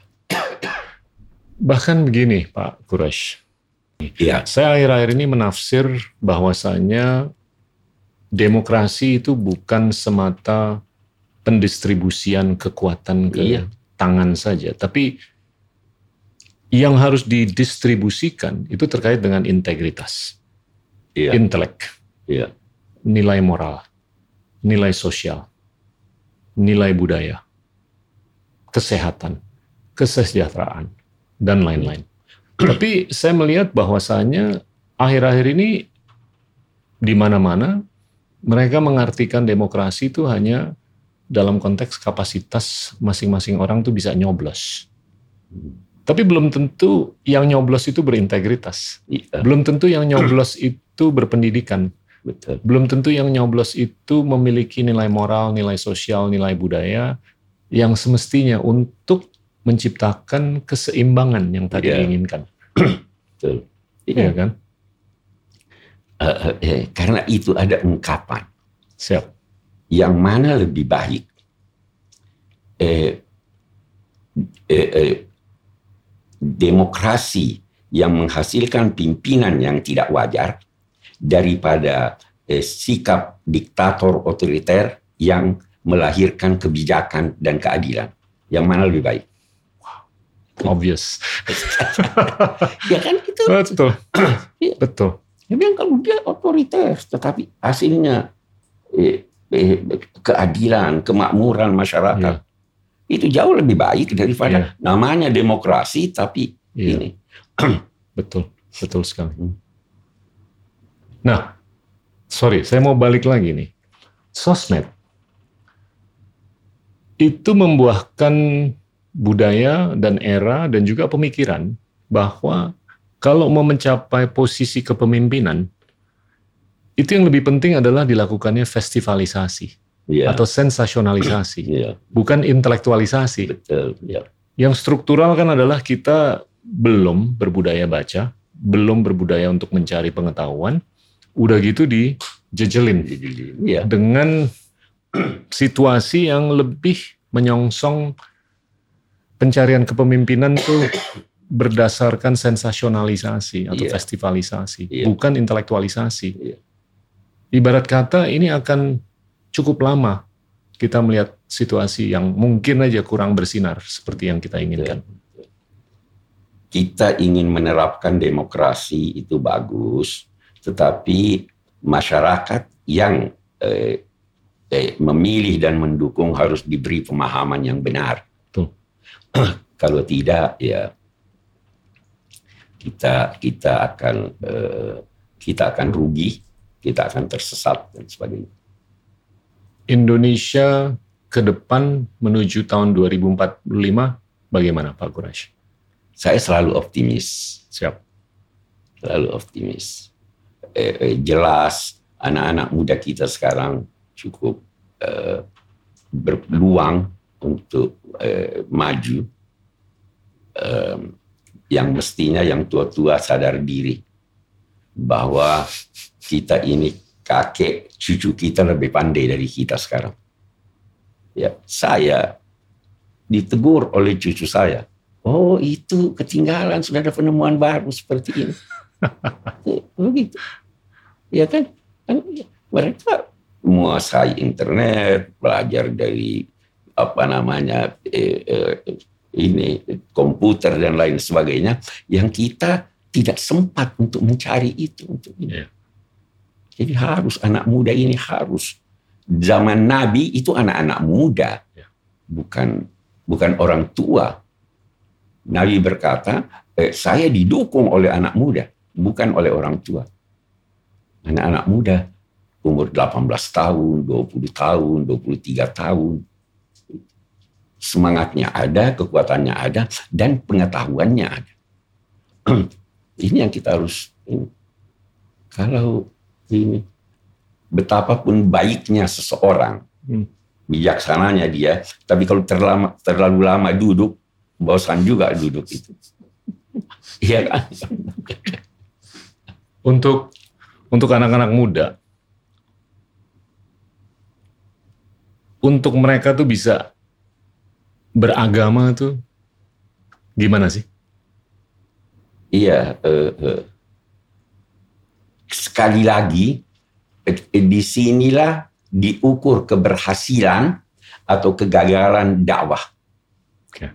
S2: Bahkan begini Pak Quraisy.
S1: Ya.
S2: Saya akhir-akhir ini menafsir bahwasanya demokrasi itu bukan semata pendistribusian kekuatan ke iya. tangan saja, tapi yang harus didistribusikan itu terkait dengan integritas, iya. intelek,
S1: iya.
S2: nilai moral, nilai sosial, nilai budaya, kesehatan, kesejahteraan, dan lain-lain. Tapi saya melihat bahwasanya akhir-akhir ini di mana-mana mereka mengartikan demokrasi itu hanya dalam konteks kapasitas masing-masing orang tuh bisa nyoblos. Tapi belum tentu yang nyoblos itu berintegritas.
S1: Ya.
S2: Belum tentu yang nyoblos itu berpendidikan.
S1: Betul.
S2: Belum tentu yang nyoblos itu memiliki nilai moral, nilai sosial, nilai budaya yang semestinya untuk menciptakan keseimbangan yang tadi
S1: ya.
S2: diinginkan.
S1: Betul.
S2: Iya kan?
S1: Uh, eh, karena itu ada ungkapan.
S2: Siap.
S1: Yang mana lebih baik? Eh, eh, eh, demokrasi yang menghasilkan pimpinan yang tidak wajar daripada eh, sikap diktator otoriter yang melahirkan kebijakan dan keadilan. Yang mana lebih baik?
S2: Obvious.
S1: Ya kan itu.
S2: Betul.
S1: Ya.
S2: Betul.
S1: Ya, kalau dia otoriter, tetapi hasilnya eh, eh, keadilan, kemakmuran masyarakat, ya. itu jauh lebih baik daripada ya. namanya demokrasi, tapi ya. ini.
S2: Betul, betul sekali. Nah, sorry, saya mau balik lagi nih. Sosmed itu membuahkan budaya dan era dan juga pemikiran bahwa kalau mau mencapai posisi kepemimpinan, itu yang lebih penting adalah dilakukannya festivalisasi yeah. atau sensasionalisasi, yeah. bukan intelektualisasi.
S1: Betul. Yeah.
S2: Yang struktural kan adalah kita belum berbudaya baca, belum berbudaya untuk mencari pengetahuan, udah gitu dijejelin
S1: yeah.
S2: dengan situasi yang lebih menyongsong pencarian kepemimpinan tuh berdasarkan sensasionalisasi atau yeah. festivalisasi, yeah. bukan intelektualisasi. Yeah. Ibarat kata ini akan cukup lama kita melihat situasi yang mungkin aja kurang bersinar seperti yang kita inginkan.
S1: Yeah. Kita ingin menerapkan demokrasi itu bagus, tetapi masyarakat yang eh, eh, memilih dan mendukung harus diberi pemahaman yang benar.
S2: Tuh.
S1: Kalau tidak, ya kita kita akan eh, kita akan rugi, kita akan tersesat dan sebagainya.
S2: Indonesia ke depan menuju tahun dua ribu empat puluh lima bagaimana Pak Quraisy?
S1: Saya selalu optimis.
S2: Siap.
S1: Selalu optimis. Eh, eh, jelas anak-anak muda kita sekarang cukup eh, berpeluang untuk eh, maju. Eh, yang mestinya yang tua-tua sadar diri bahwa kita ini kakek cucu kita lebih pandai dari kita sekarang. Ya, saya ditegur oleh cucu saya. Oh, itu ketinggalan, sudah ada penemuan baru seperti ini. Begitu. Ya kan? Mereka menguasai internet, belajar dari apa namanya eh, eh, ini komputer dan lain sebagainya, yang kita tidak sempat untuk mencari itu untuk ini. Yeah. Jadi harus anak muda ini harus, zaman Nabi itu anak-anak muda, yeah. bukan bukan orang tua. Nabi berkata, eh, saya didukung oleh anak muda, bukan oleh orang tua. Anak-anak muda umur delapan belas tahun, dua puluh tahun, dua puluh tiga tahun. semangatnya ada, kekuatannya ada, dan pengetahuannya ada. Ini yang kita harus ini. Kalau ini betapapun baiknya seseorang, hmm. bijaksananya dia, tapi kalau terlalu, terlalu lama duduk, bosan juga duduk itu. Iya kan?
S2: Untuk untuk anak-anak muda, untuk mereka tuh bisa beragama tuh gimana sih?
S1: Iya, eh, eh. sekali lagi eh, di sinilah diukur keberhasilan atau kegagalan dakwah.
S2: Okay.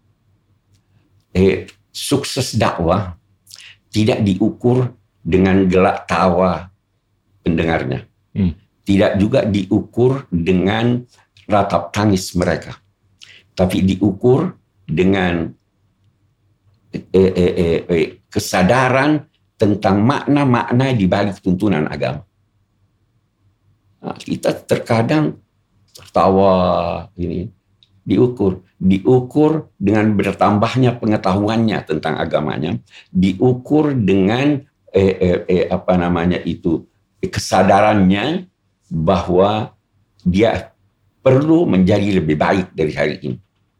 S1: Eh, sukses dakwah tidak diukur dengan gelak tawa pendengarnya, hmm. tidak juga diukur dengan ratap tangis mereka. Tapi diukur dengan eh, eh, eh, eh, kesadaran tentang makna-makna di balik tuntunan agama. Nah, kita terkadang tertawa ini diukur, diukur dengan bertambahnya pengetahuannya tentang agamanya, diukur dengan eh, eh, eh, apa namanya itu kesadarannya bahwa dia perlu menjadi lebih baik dari hari ini.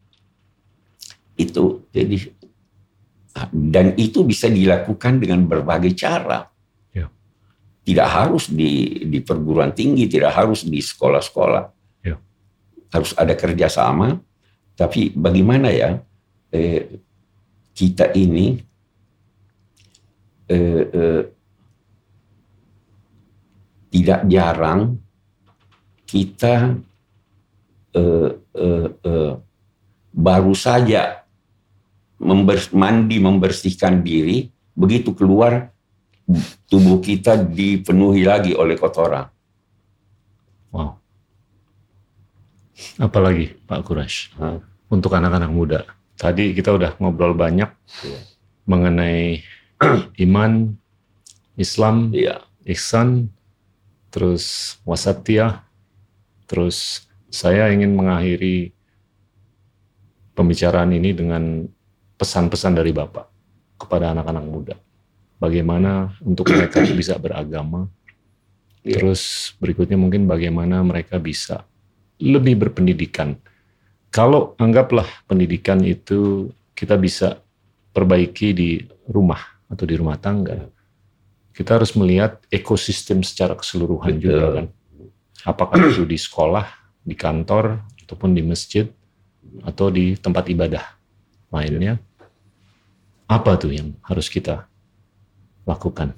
S1: Itu jadi, dan itu bisa dilakukan dengan berbagai cara. Ya. Tidak harus di, di perguruan tinggi, tidak harus di sekolah-sekolah. Ya. Harus ada kerjasama. Tapi bagaimana ya eh, kita ini eh, eh, tidak jarang kita eh, eh, eh, baru saja Members, mandi membersihkan diri, begitu keluar tubuh kita dipenuhi lagi oleh kotoran.
S2: Wow. Apalagi Pak Quraisy, hmm. untuk anak-anak muda. Tadi kita udah ngobrol banyak yeah. mengenai iman, Islam, yeah. ihsan, terus wasatiyah, terus saya ingin mengakhiri pembicaraan ini dengan pesan-pesan dari Bapak kepada anak-anak muda. Bagaimana untuk mereka bisa beragama. Yeah. Terus berikutnya mungkin bagaimana mereka bisa lebih berpendidikan. Kalau anggaplah pendidikan itu kita bisa perbaiki di rumah atau di rumah tangga. Kita harus melihat ekosistem secara keseluruhan. Betul. Juga kan. Apakah itu di sekolah, di kantor, ataupun di masjid, atau di tempat ibadah lainnya. Apa tuh yang harus kita lakukan?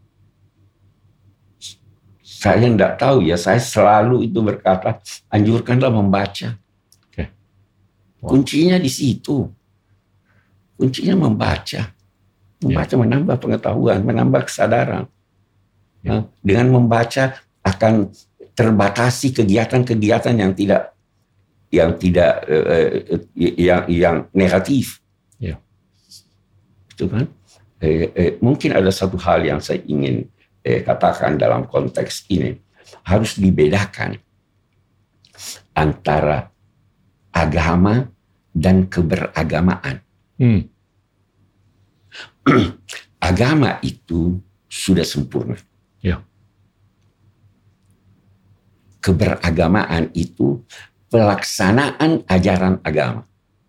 S1: Saya enggak tahu ya, saya selalu itu berkata, anjurkanlah membaca. Okay. Wow. Kuncinya di situ. Kuncinya membaca. Membaca yeah. menambah pengetahuan, menambah kesadaran. Yeah. Nah, dengan membaca akan terbatasi kegiatan-kegiatan yang tidak yang tidak uh, yang yang negatif. Yeah. Itu kan? Eh, eh, mungkin ada satu hal yang saya ingin eh, katakan dalam konteks ini. Harus dibedakan antara agama dan keberagamaan. Hmm. Agama itu sudah sempurna. Ya. Keberagamaan itu pelaksanaan ajaran agama.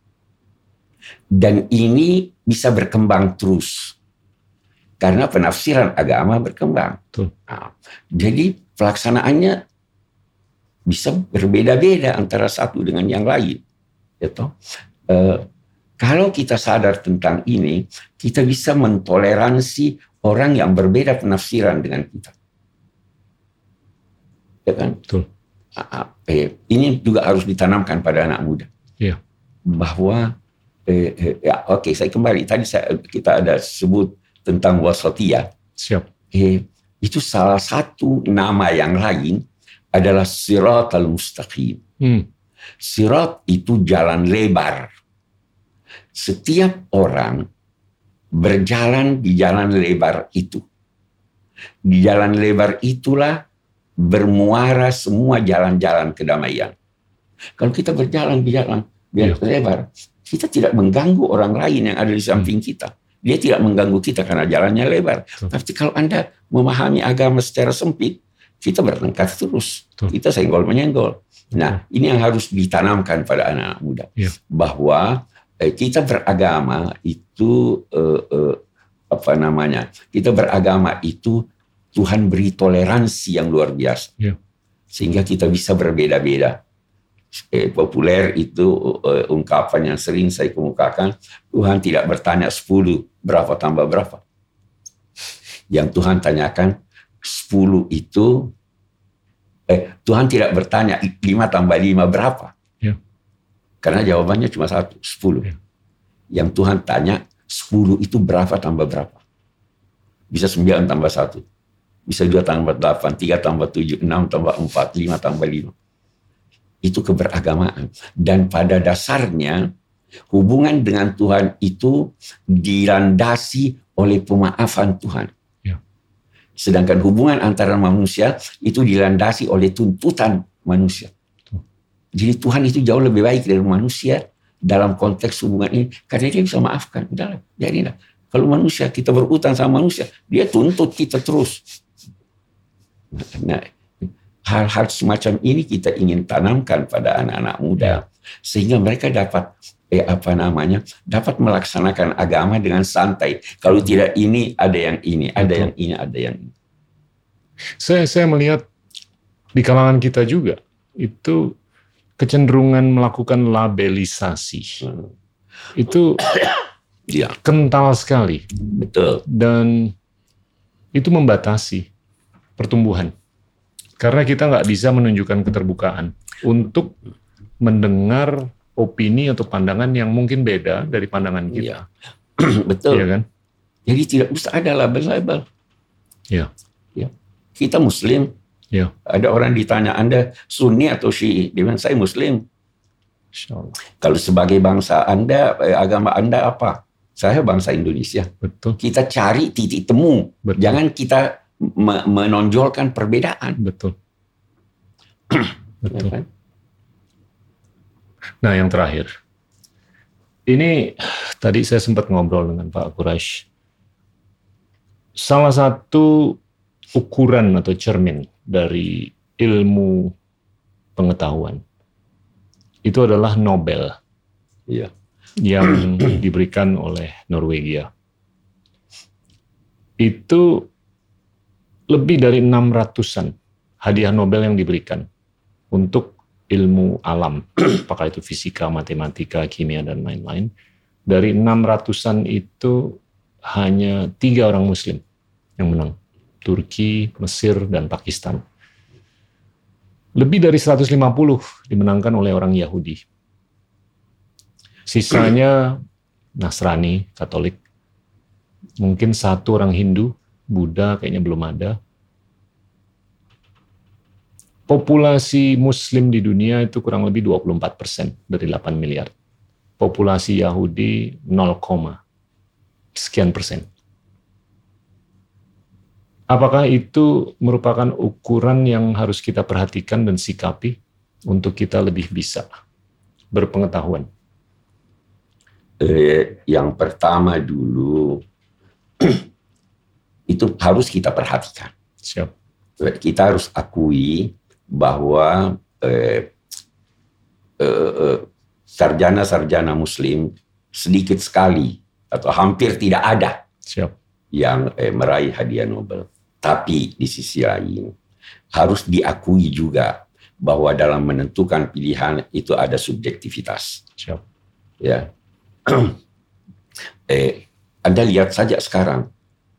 S1: Dan ini bisa berkembang terus. Karena penafsiran agama berkembang. Nah, jadi pelaksanaannya bisa berbeda-beda antara satu dengan yang lain. Gitu. Uh, kalau kita sadar tentang ini, kita bisa mentoleransi orang yang berbeda penafsiran dengan kita. Ya kan? Betul. Uh, eh, ini juga harus ditanamkan pada anak muda. Iya. Bahwa Eh, eh, ya, oke, okay, saya kembali. Tadi saya, kita ada sebut tentang wasatiyah.
S2: Siap.
S1: Eh, itu salah satu nama yang lain adalah siratal mustaqim. Hmm. Sirat itu jalan lebar. Setiap orang berjalan di jalan lebar itu. Di jalan lebar itulah bermuara semua jalan-jalan kedamaian. Kalau kita berjalan di jalan biar
S2: yeah.
S1: lebar. Kita tidak mengganggu orang lain yang ada di samping hmm. kita. Dia tidak mengganggu kita karena jalannya lebar. Tuh. Tapi kalau Anda memahami agama secara sempit, kita bertengkar terus. Tuh. Kita senggol-menyenggol. Nah, Tuh. ini yang harus ditanamkan pada anak-anak muda. Yeah. Bahwa eh, kita beragama itu, eh, eh, apa namanya, kita beragama itu Tuhan beri toleransi yang luar biasa. Yeah. Sehingga kita bisa berbeda-beda. Eh, populer itu uh, ungkapan yang sering saya kemukakan, Tuhan tidak bertanya sepuluh berapa tambah berapa. Yang Tuhan tanyakan sepuluh itu eh, Tuhan tidak bertanya lima tambah lima berapa. Ya. Karena jawabannya cuma satu, sepuluh. Ya. Yang Tuhan tanya sepuluh itu berapa tambah berapa. Bisa sembilan tambah satu. Bisa dua tambah delapan, tiga tambah tujuh, enam tambah empat, lima tambah lima. Itu keberagamaan. Dan pada dasarnya hubungan dengan Tuhan itu dilandasi oleh pemaafan Tuhan. Ya. Sedangkan hubungan antara manusia itu dilandasi oleh tuntutan manusia. Tuh. Jadi Tuhan itu jauh lebih baik dari manusia dalam konteks hubungan ini. Karena dia bisa maafkan. Udahlah, jadilah. Kalau manusia, kita berutang sama manusia, dia tuntut kita terus. Nah, hal-hal semacam ini kita ingin tanamkan pada anak-anak muda sehingga mereka dapat eh, apa namanya dapat melaksanakan agama dengan santai. Kalau tidak ini ada yang ini, ada yang ini, ada yang ini.
S2: Saya saya melihat di kalangan kita juga itu kecenderungan melakukan labelisasi. Hmm. Itu ya. kental sekali.
S1: Betul.
S2: Dan itu membatasi pertumbuhan. Karena kita nggak bisa menunjukkan keterbukaan untuk mendengar opini atau pandangan yang mungkin beda dari pandangan kita.
S1: Ya. Betul.
S2: Iya kan?
S1: Jadi tidak usah ada label-label.
S2: Ya.
S1: Ya. Kita Muslim.
S2: Ya.
S1: Ada orang ditanya, Anda Sunni atau Syi'i? Dia bilang, saya Muslim.
S2: Insyaallah.
S1: Kalau sebagai bangsa Anda, agama Anda apa? Saya bangsa Indonesia.
S2: Betul.
S1: Kita cari titik temu.
S2: Betul.
S1: Jangan kita menonjolkan perbedaan.
S2: Betul. Betul. Ya kan? Nah, yang terakhir. Ini tadi saya sempat ngobrol dengan Pak Quraisy. Salah satu ukuran atau cermin dari ilmu pengetahuan itu adalah Nobel.
S1: Iya.
S2: Yang diberikan oleh Norwegia. Itu lebih dari enam ratusan hadiah Nobel yang diberikan untuk ilmu alam, apakah itu fisika, matematika, kimia, dan lain-lain. Dari enam ratusan itu hanya tiga orang Muslim yang menang. Turki, Mesir, dan Pakistan. Lebih dari seratus lima puluh dimenangkan oleh orang Yahudi. Sisanya Nasrani, Katolik. Mungkin satu orang Hindu, Buddha kayaknya belum ada. Populasi Muslim di dunia itu kurang lebih dua puluh empat persen dari delapan miliar. Populasi Yahudi nol, sekian persen. Apakah itu merupakan ukuran yang harus kita perhatikan dan sikapi untuk kita lebih bisa berpengetahuan?
S1: Eh, yang pertama dulu itu harus kita perhatikan.
S2: Siap.
S1: Kita harus akui bahwa eh, eh, sarjana-sarjana Muslim sedikit sekali atau hampir tidak ada.
S2: Siap.
S1: Yang eh, meraih hadiah Nobel. Tapi di sisi lain harus diakui juga bahwa dalam menentukan pilihan itu ada subjektivitas.
S2: Siap.
S1: Ya. eh, Anda lihat saja sekarang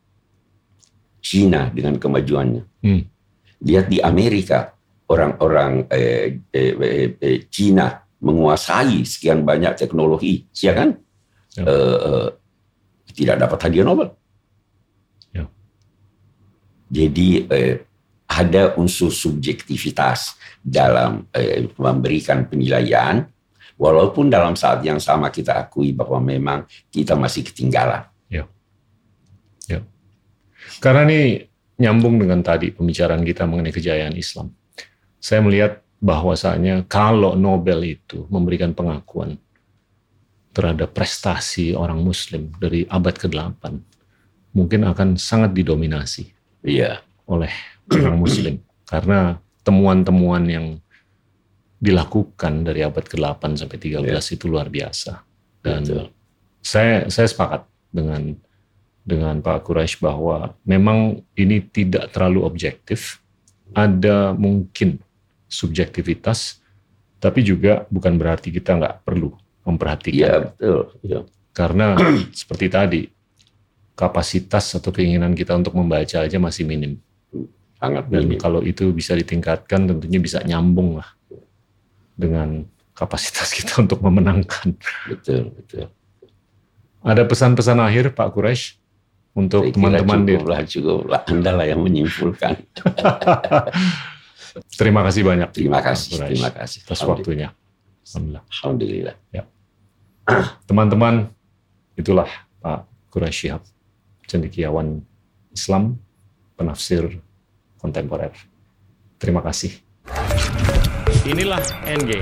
S1: Cina dengan kemajuannya. Hmm. Lihat di Amerika, orang-orang eh, eh, eh, Cina menguasai sekian banyak teknologi, ya kan? Ya. Eh, tidak dapat hadiah Nobel. Ya. Jadi eh, ada unsur subjektivitas dalam eh, memberikan penilaian, walaupun dalam saat yang sama kita akui bahwa memang kita masih ketinggalan.
S2: Ya. Ya. Karena ini nyambung dengan tadi pembicaraan kita mengenai kejayaan Islam. Saya melihat bahwasanya kalau Nobel itu memberikan pengakuan terhadap prestasi orang Muslim dari abad kedelapan, mungkin akan sangat didominasi
S1: Iya.
S2: oleh orang Muslim. Karena temuan-temuan yang dilakukan dari abad kedelapan sampai tiga belas yeah. itu luar biasa. Dan Betul. saya saya sepakat dengan dengan Pak Quraisy bahwa memang ini tidak terlalu objektif. Ada mungkin subjektivitas, tapi juga bukan berarti kita nggak perlu memperhatikan.
S1: Iya, betul. Ya.
S2: Karena seperti tadi, kapasitas atau keinginan kita untuk membaca aja masih minim.
S1: Sangat
S2: Dan
S1: minim.
S2: kalau itu bisa ditingkatkan, tentunya bisa nyambung lah dengan kapasitas kita untuk memenangkan.
S1: Betul, betul.
S2: Ada pesan-pesan akhir Pak Quraisy untuk teman-teman
S1: di cukup lah, cukup lah. Anda lah yang menyimpulkan.
S2: Terima kasih banyak.
S1: Terima kasih, terima kasih
S2: atas waktunya.
S1: Alhamdulillah. Alhamdulillah.
S2: Ya. Teman-teman, itulah Pak Quraisy Shihab, cendekiawan Islam, penafsir kontemporer. Terima kasih. Inilah Endgame.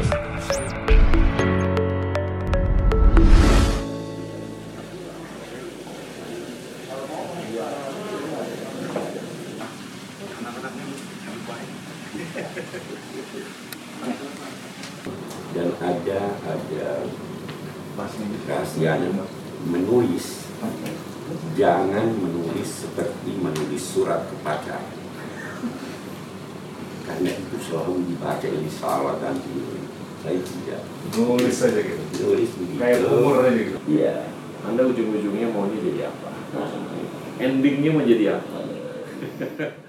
S1: Dan ada ada rahasianya menulis, jangan menulis seperti menulis surat ke pacar, karena itu selalu dibaca ini salah dan saya tidak
S3: nulis saja gitu,
S1: nulis begitu
S3: kayak umur aja gitu.
S1: Iya.
S3: Anda ujung-ujungnya maunya jadi apa? Endingnya mau jadi apa?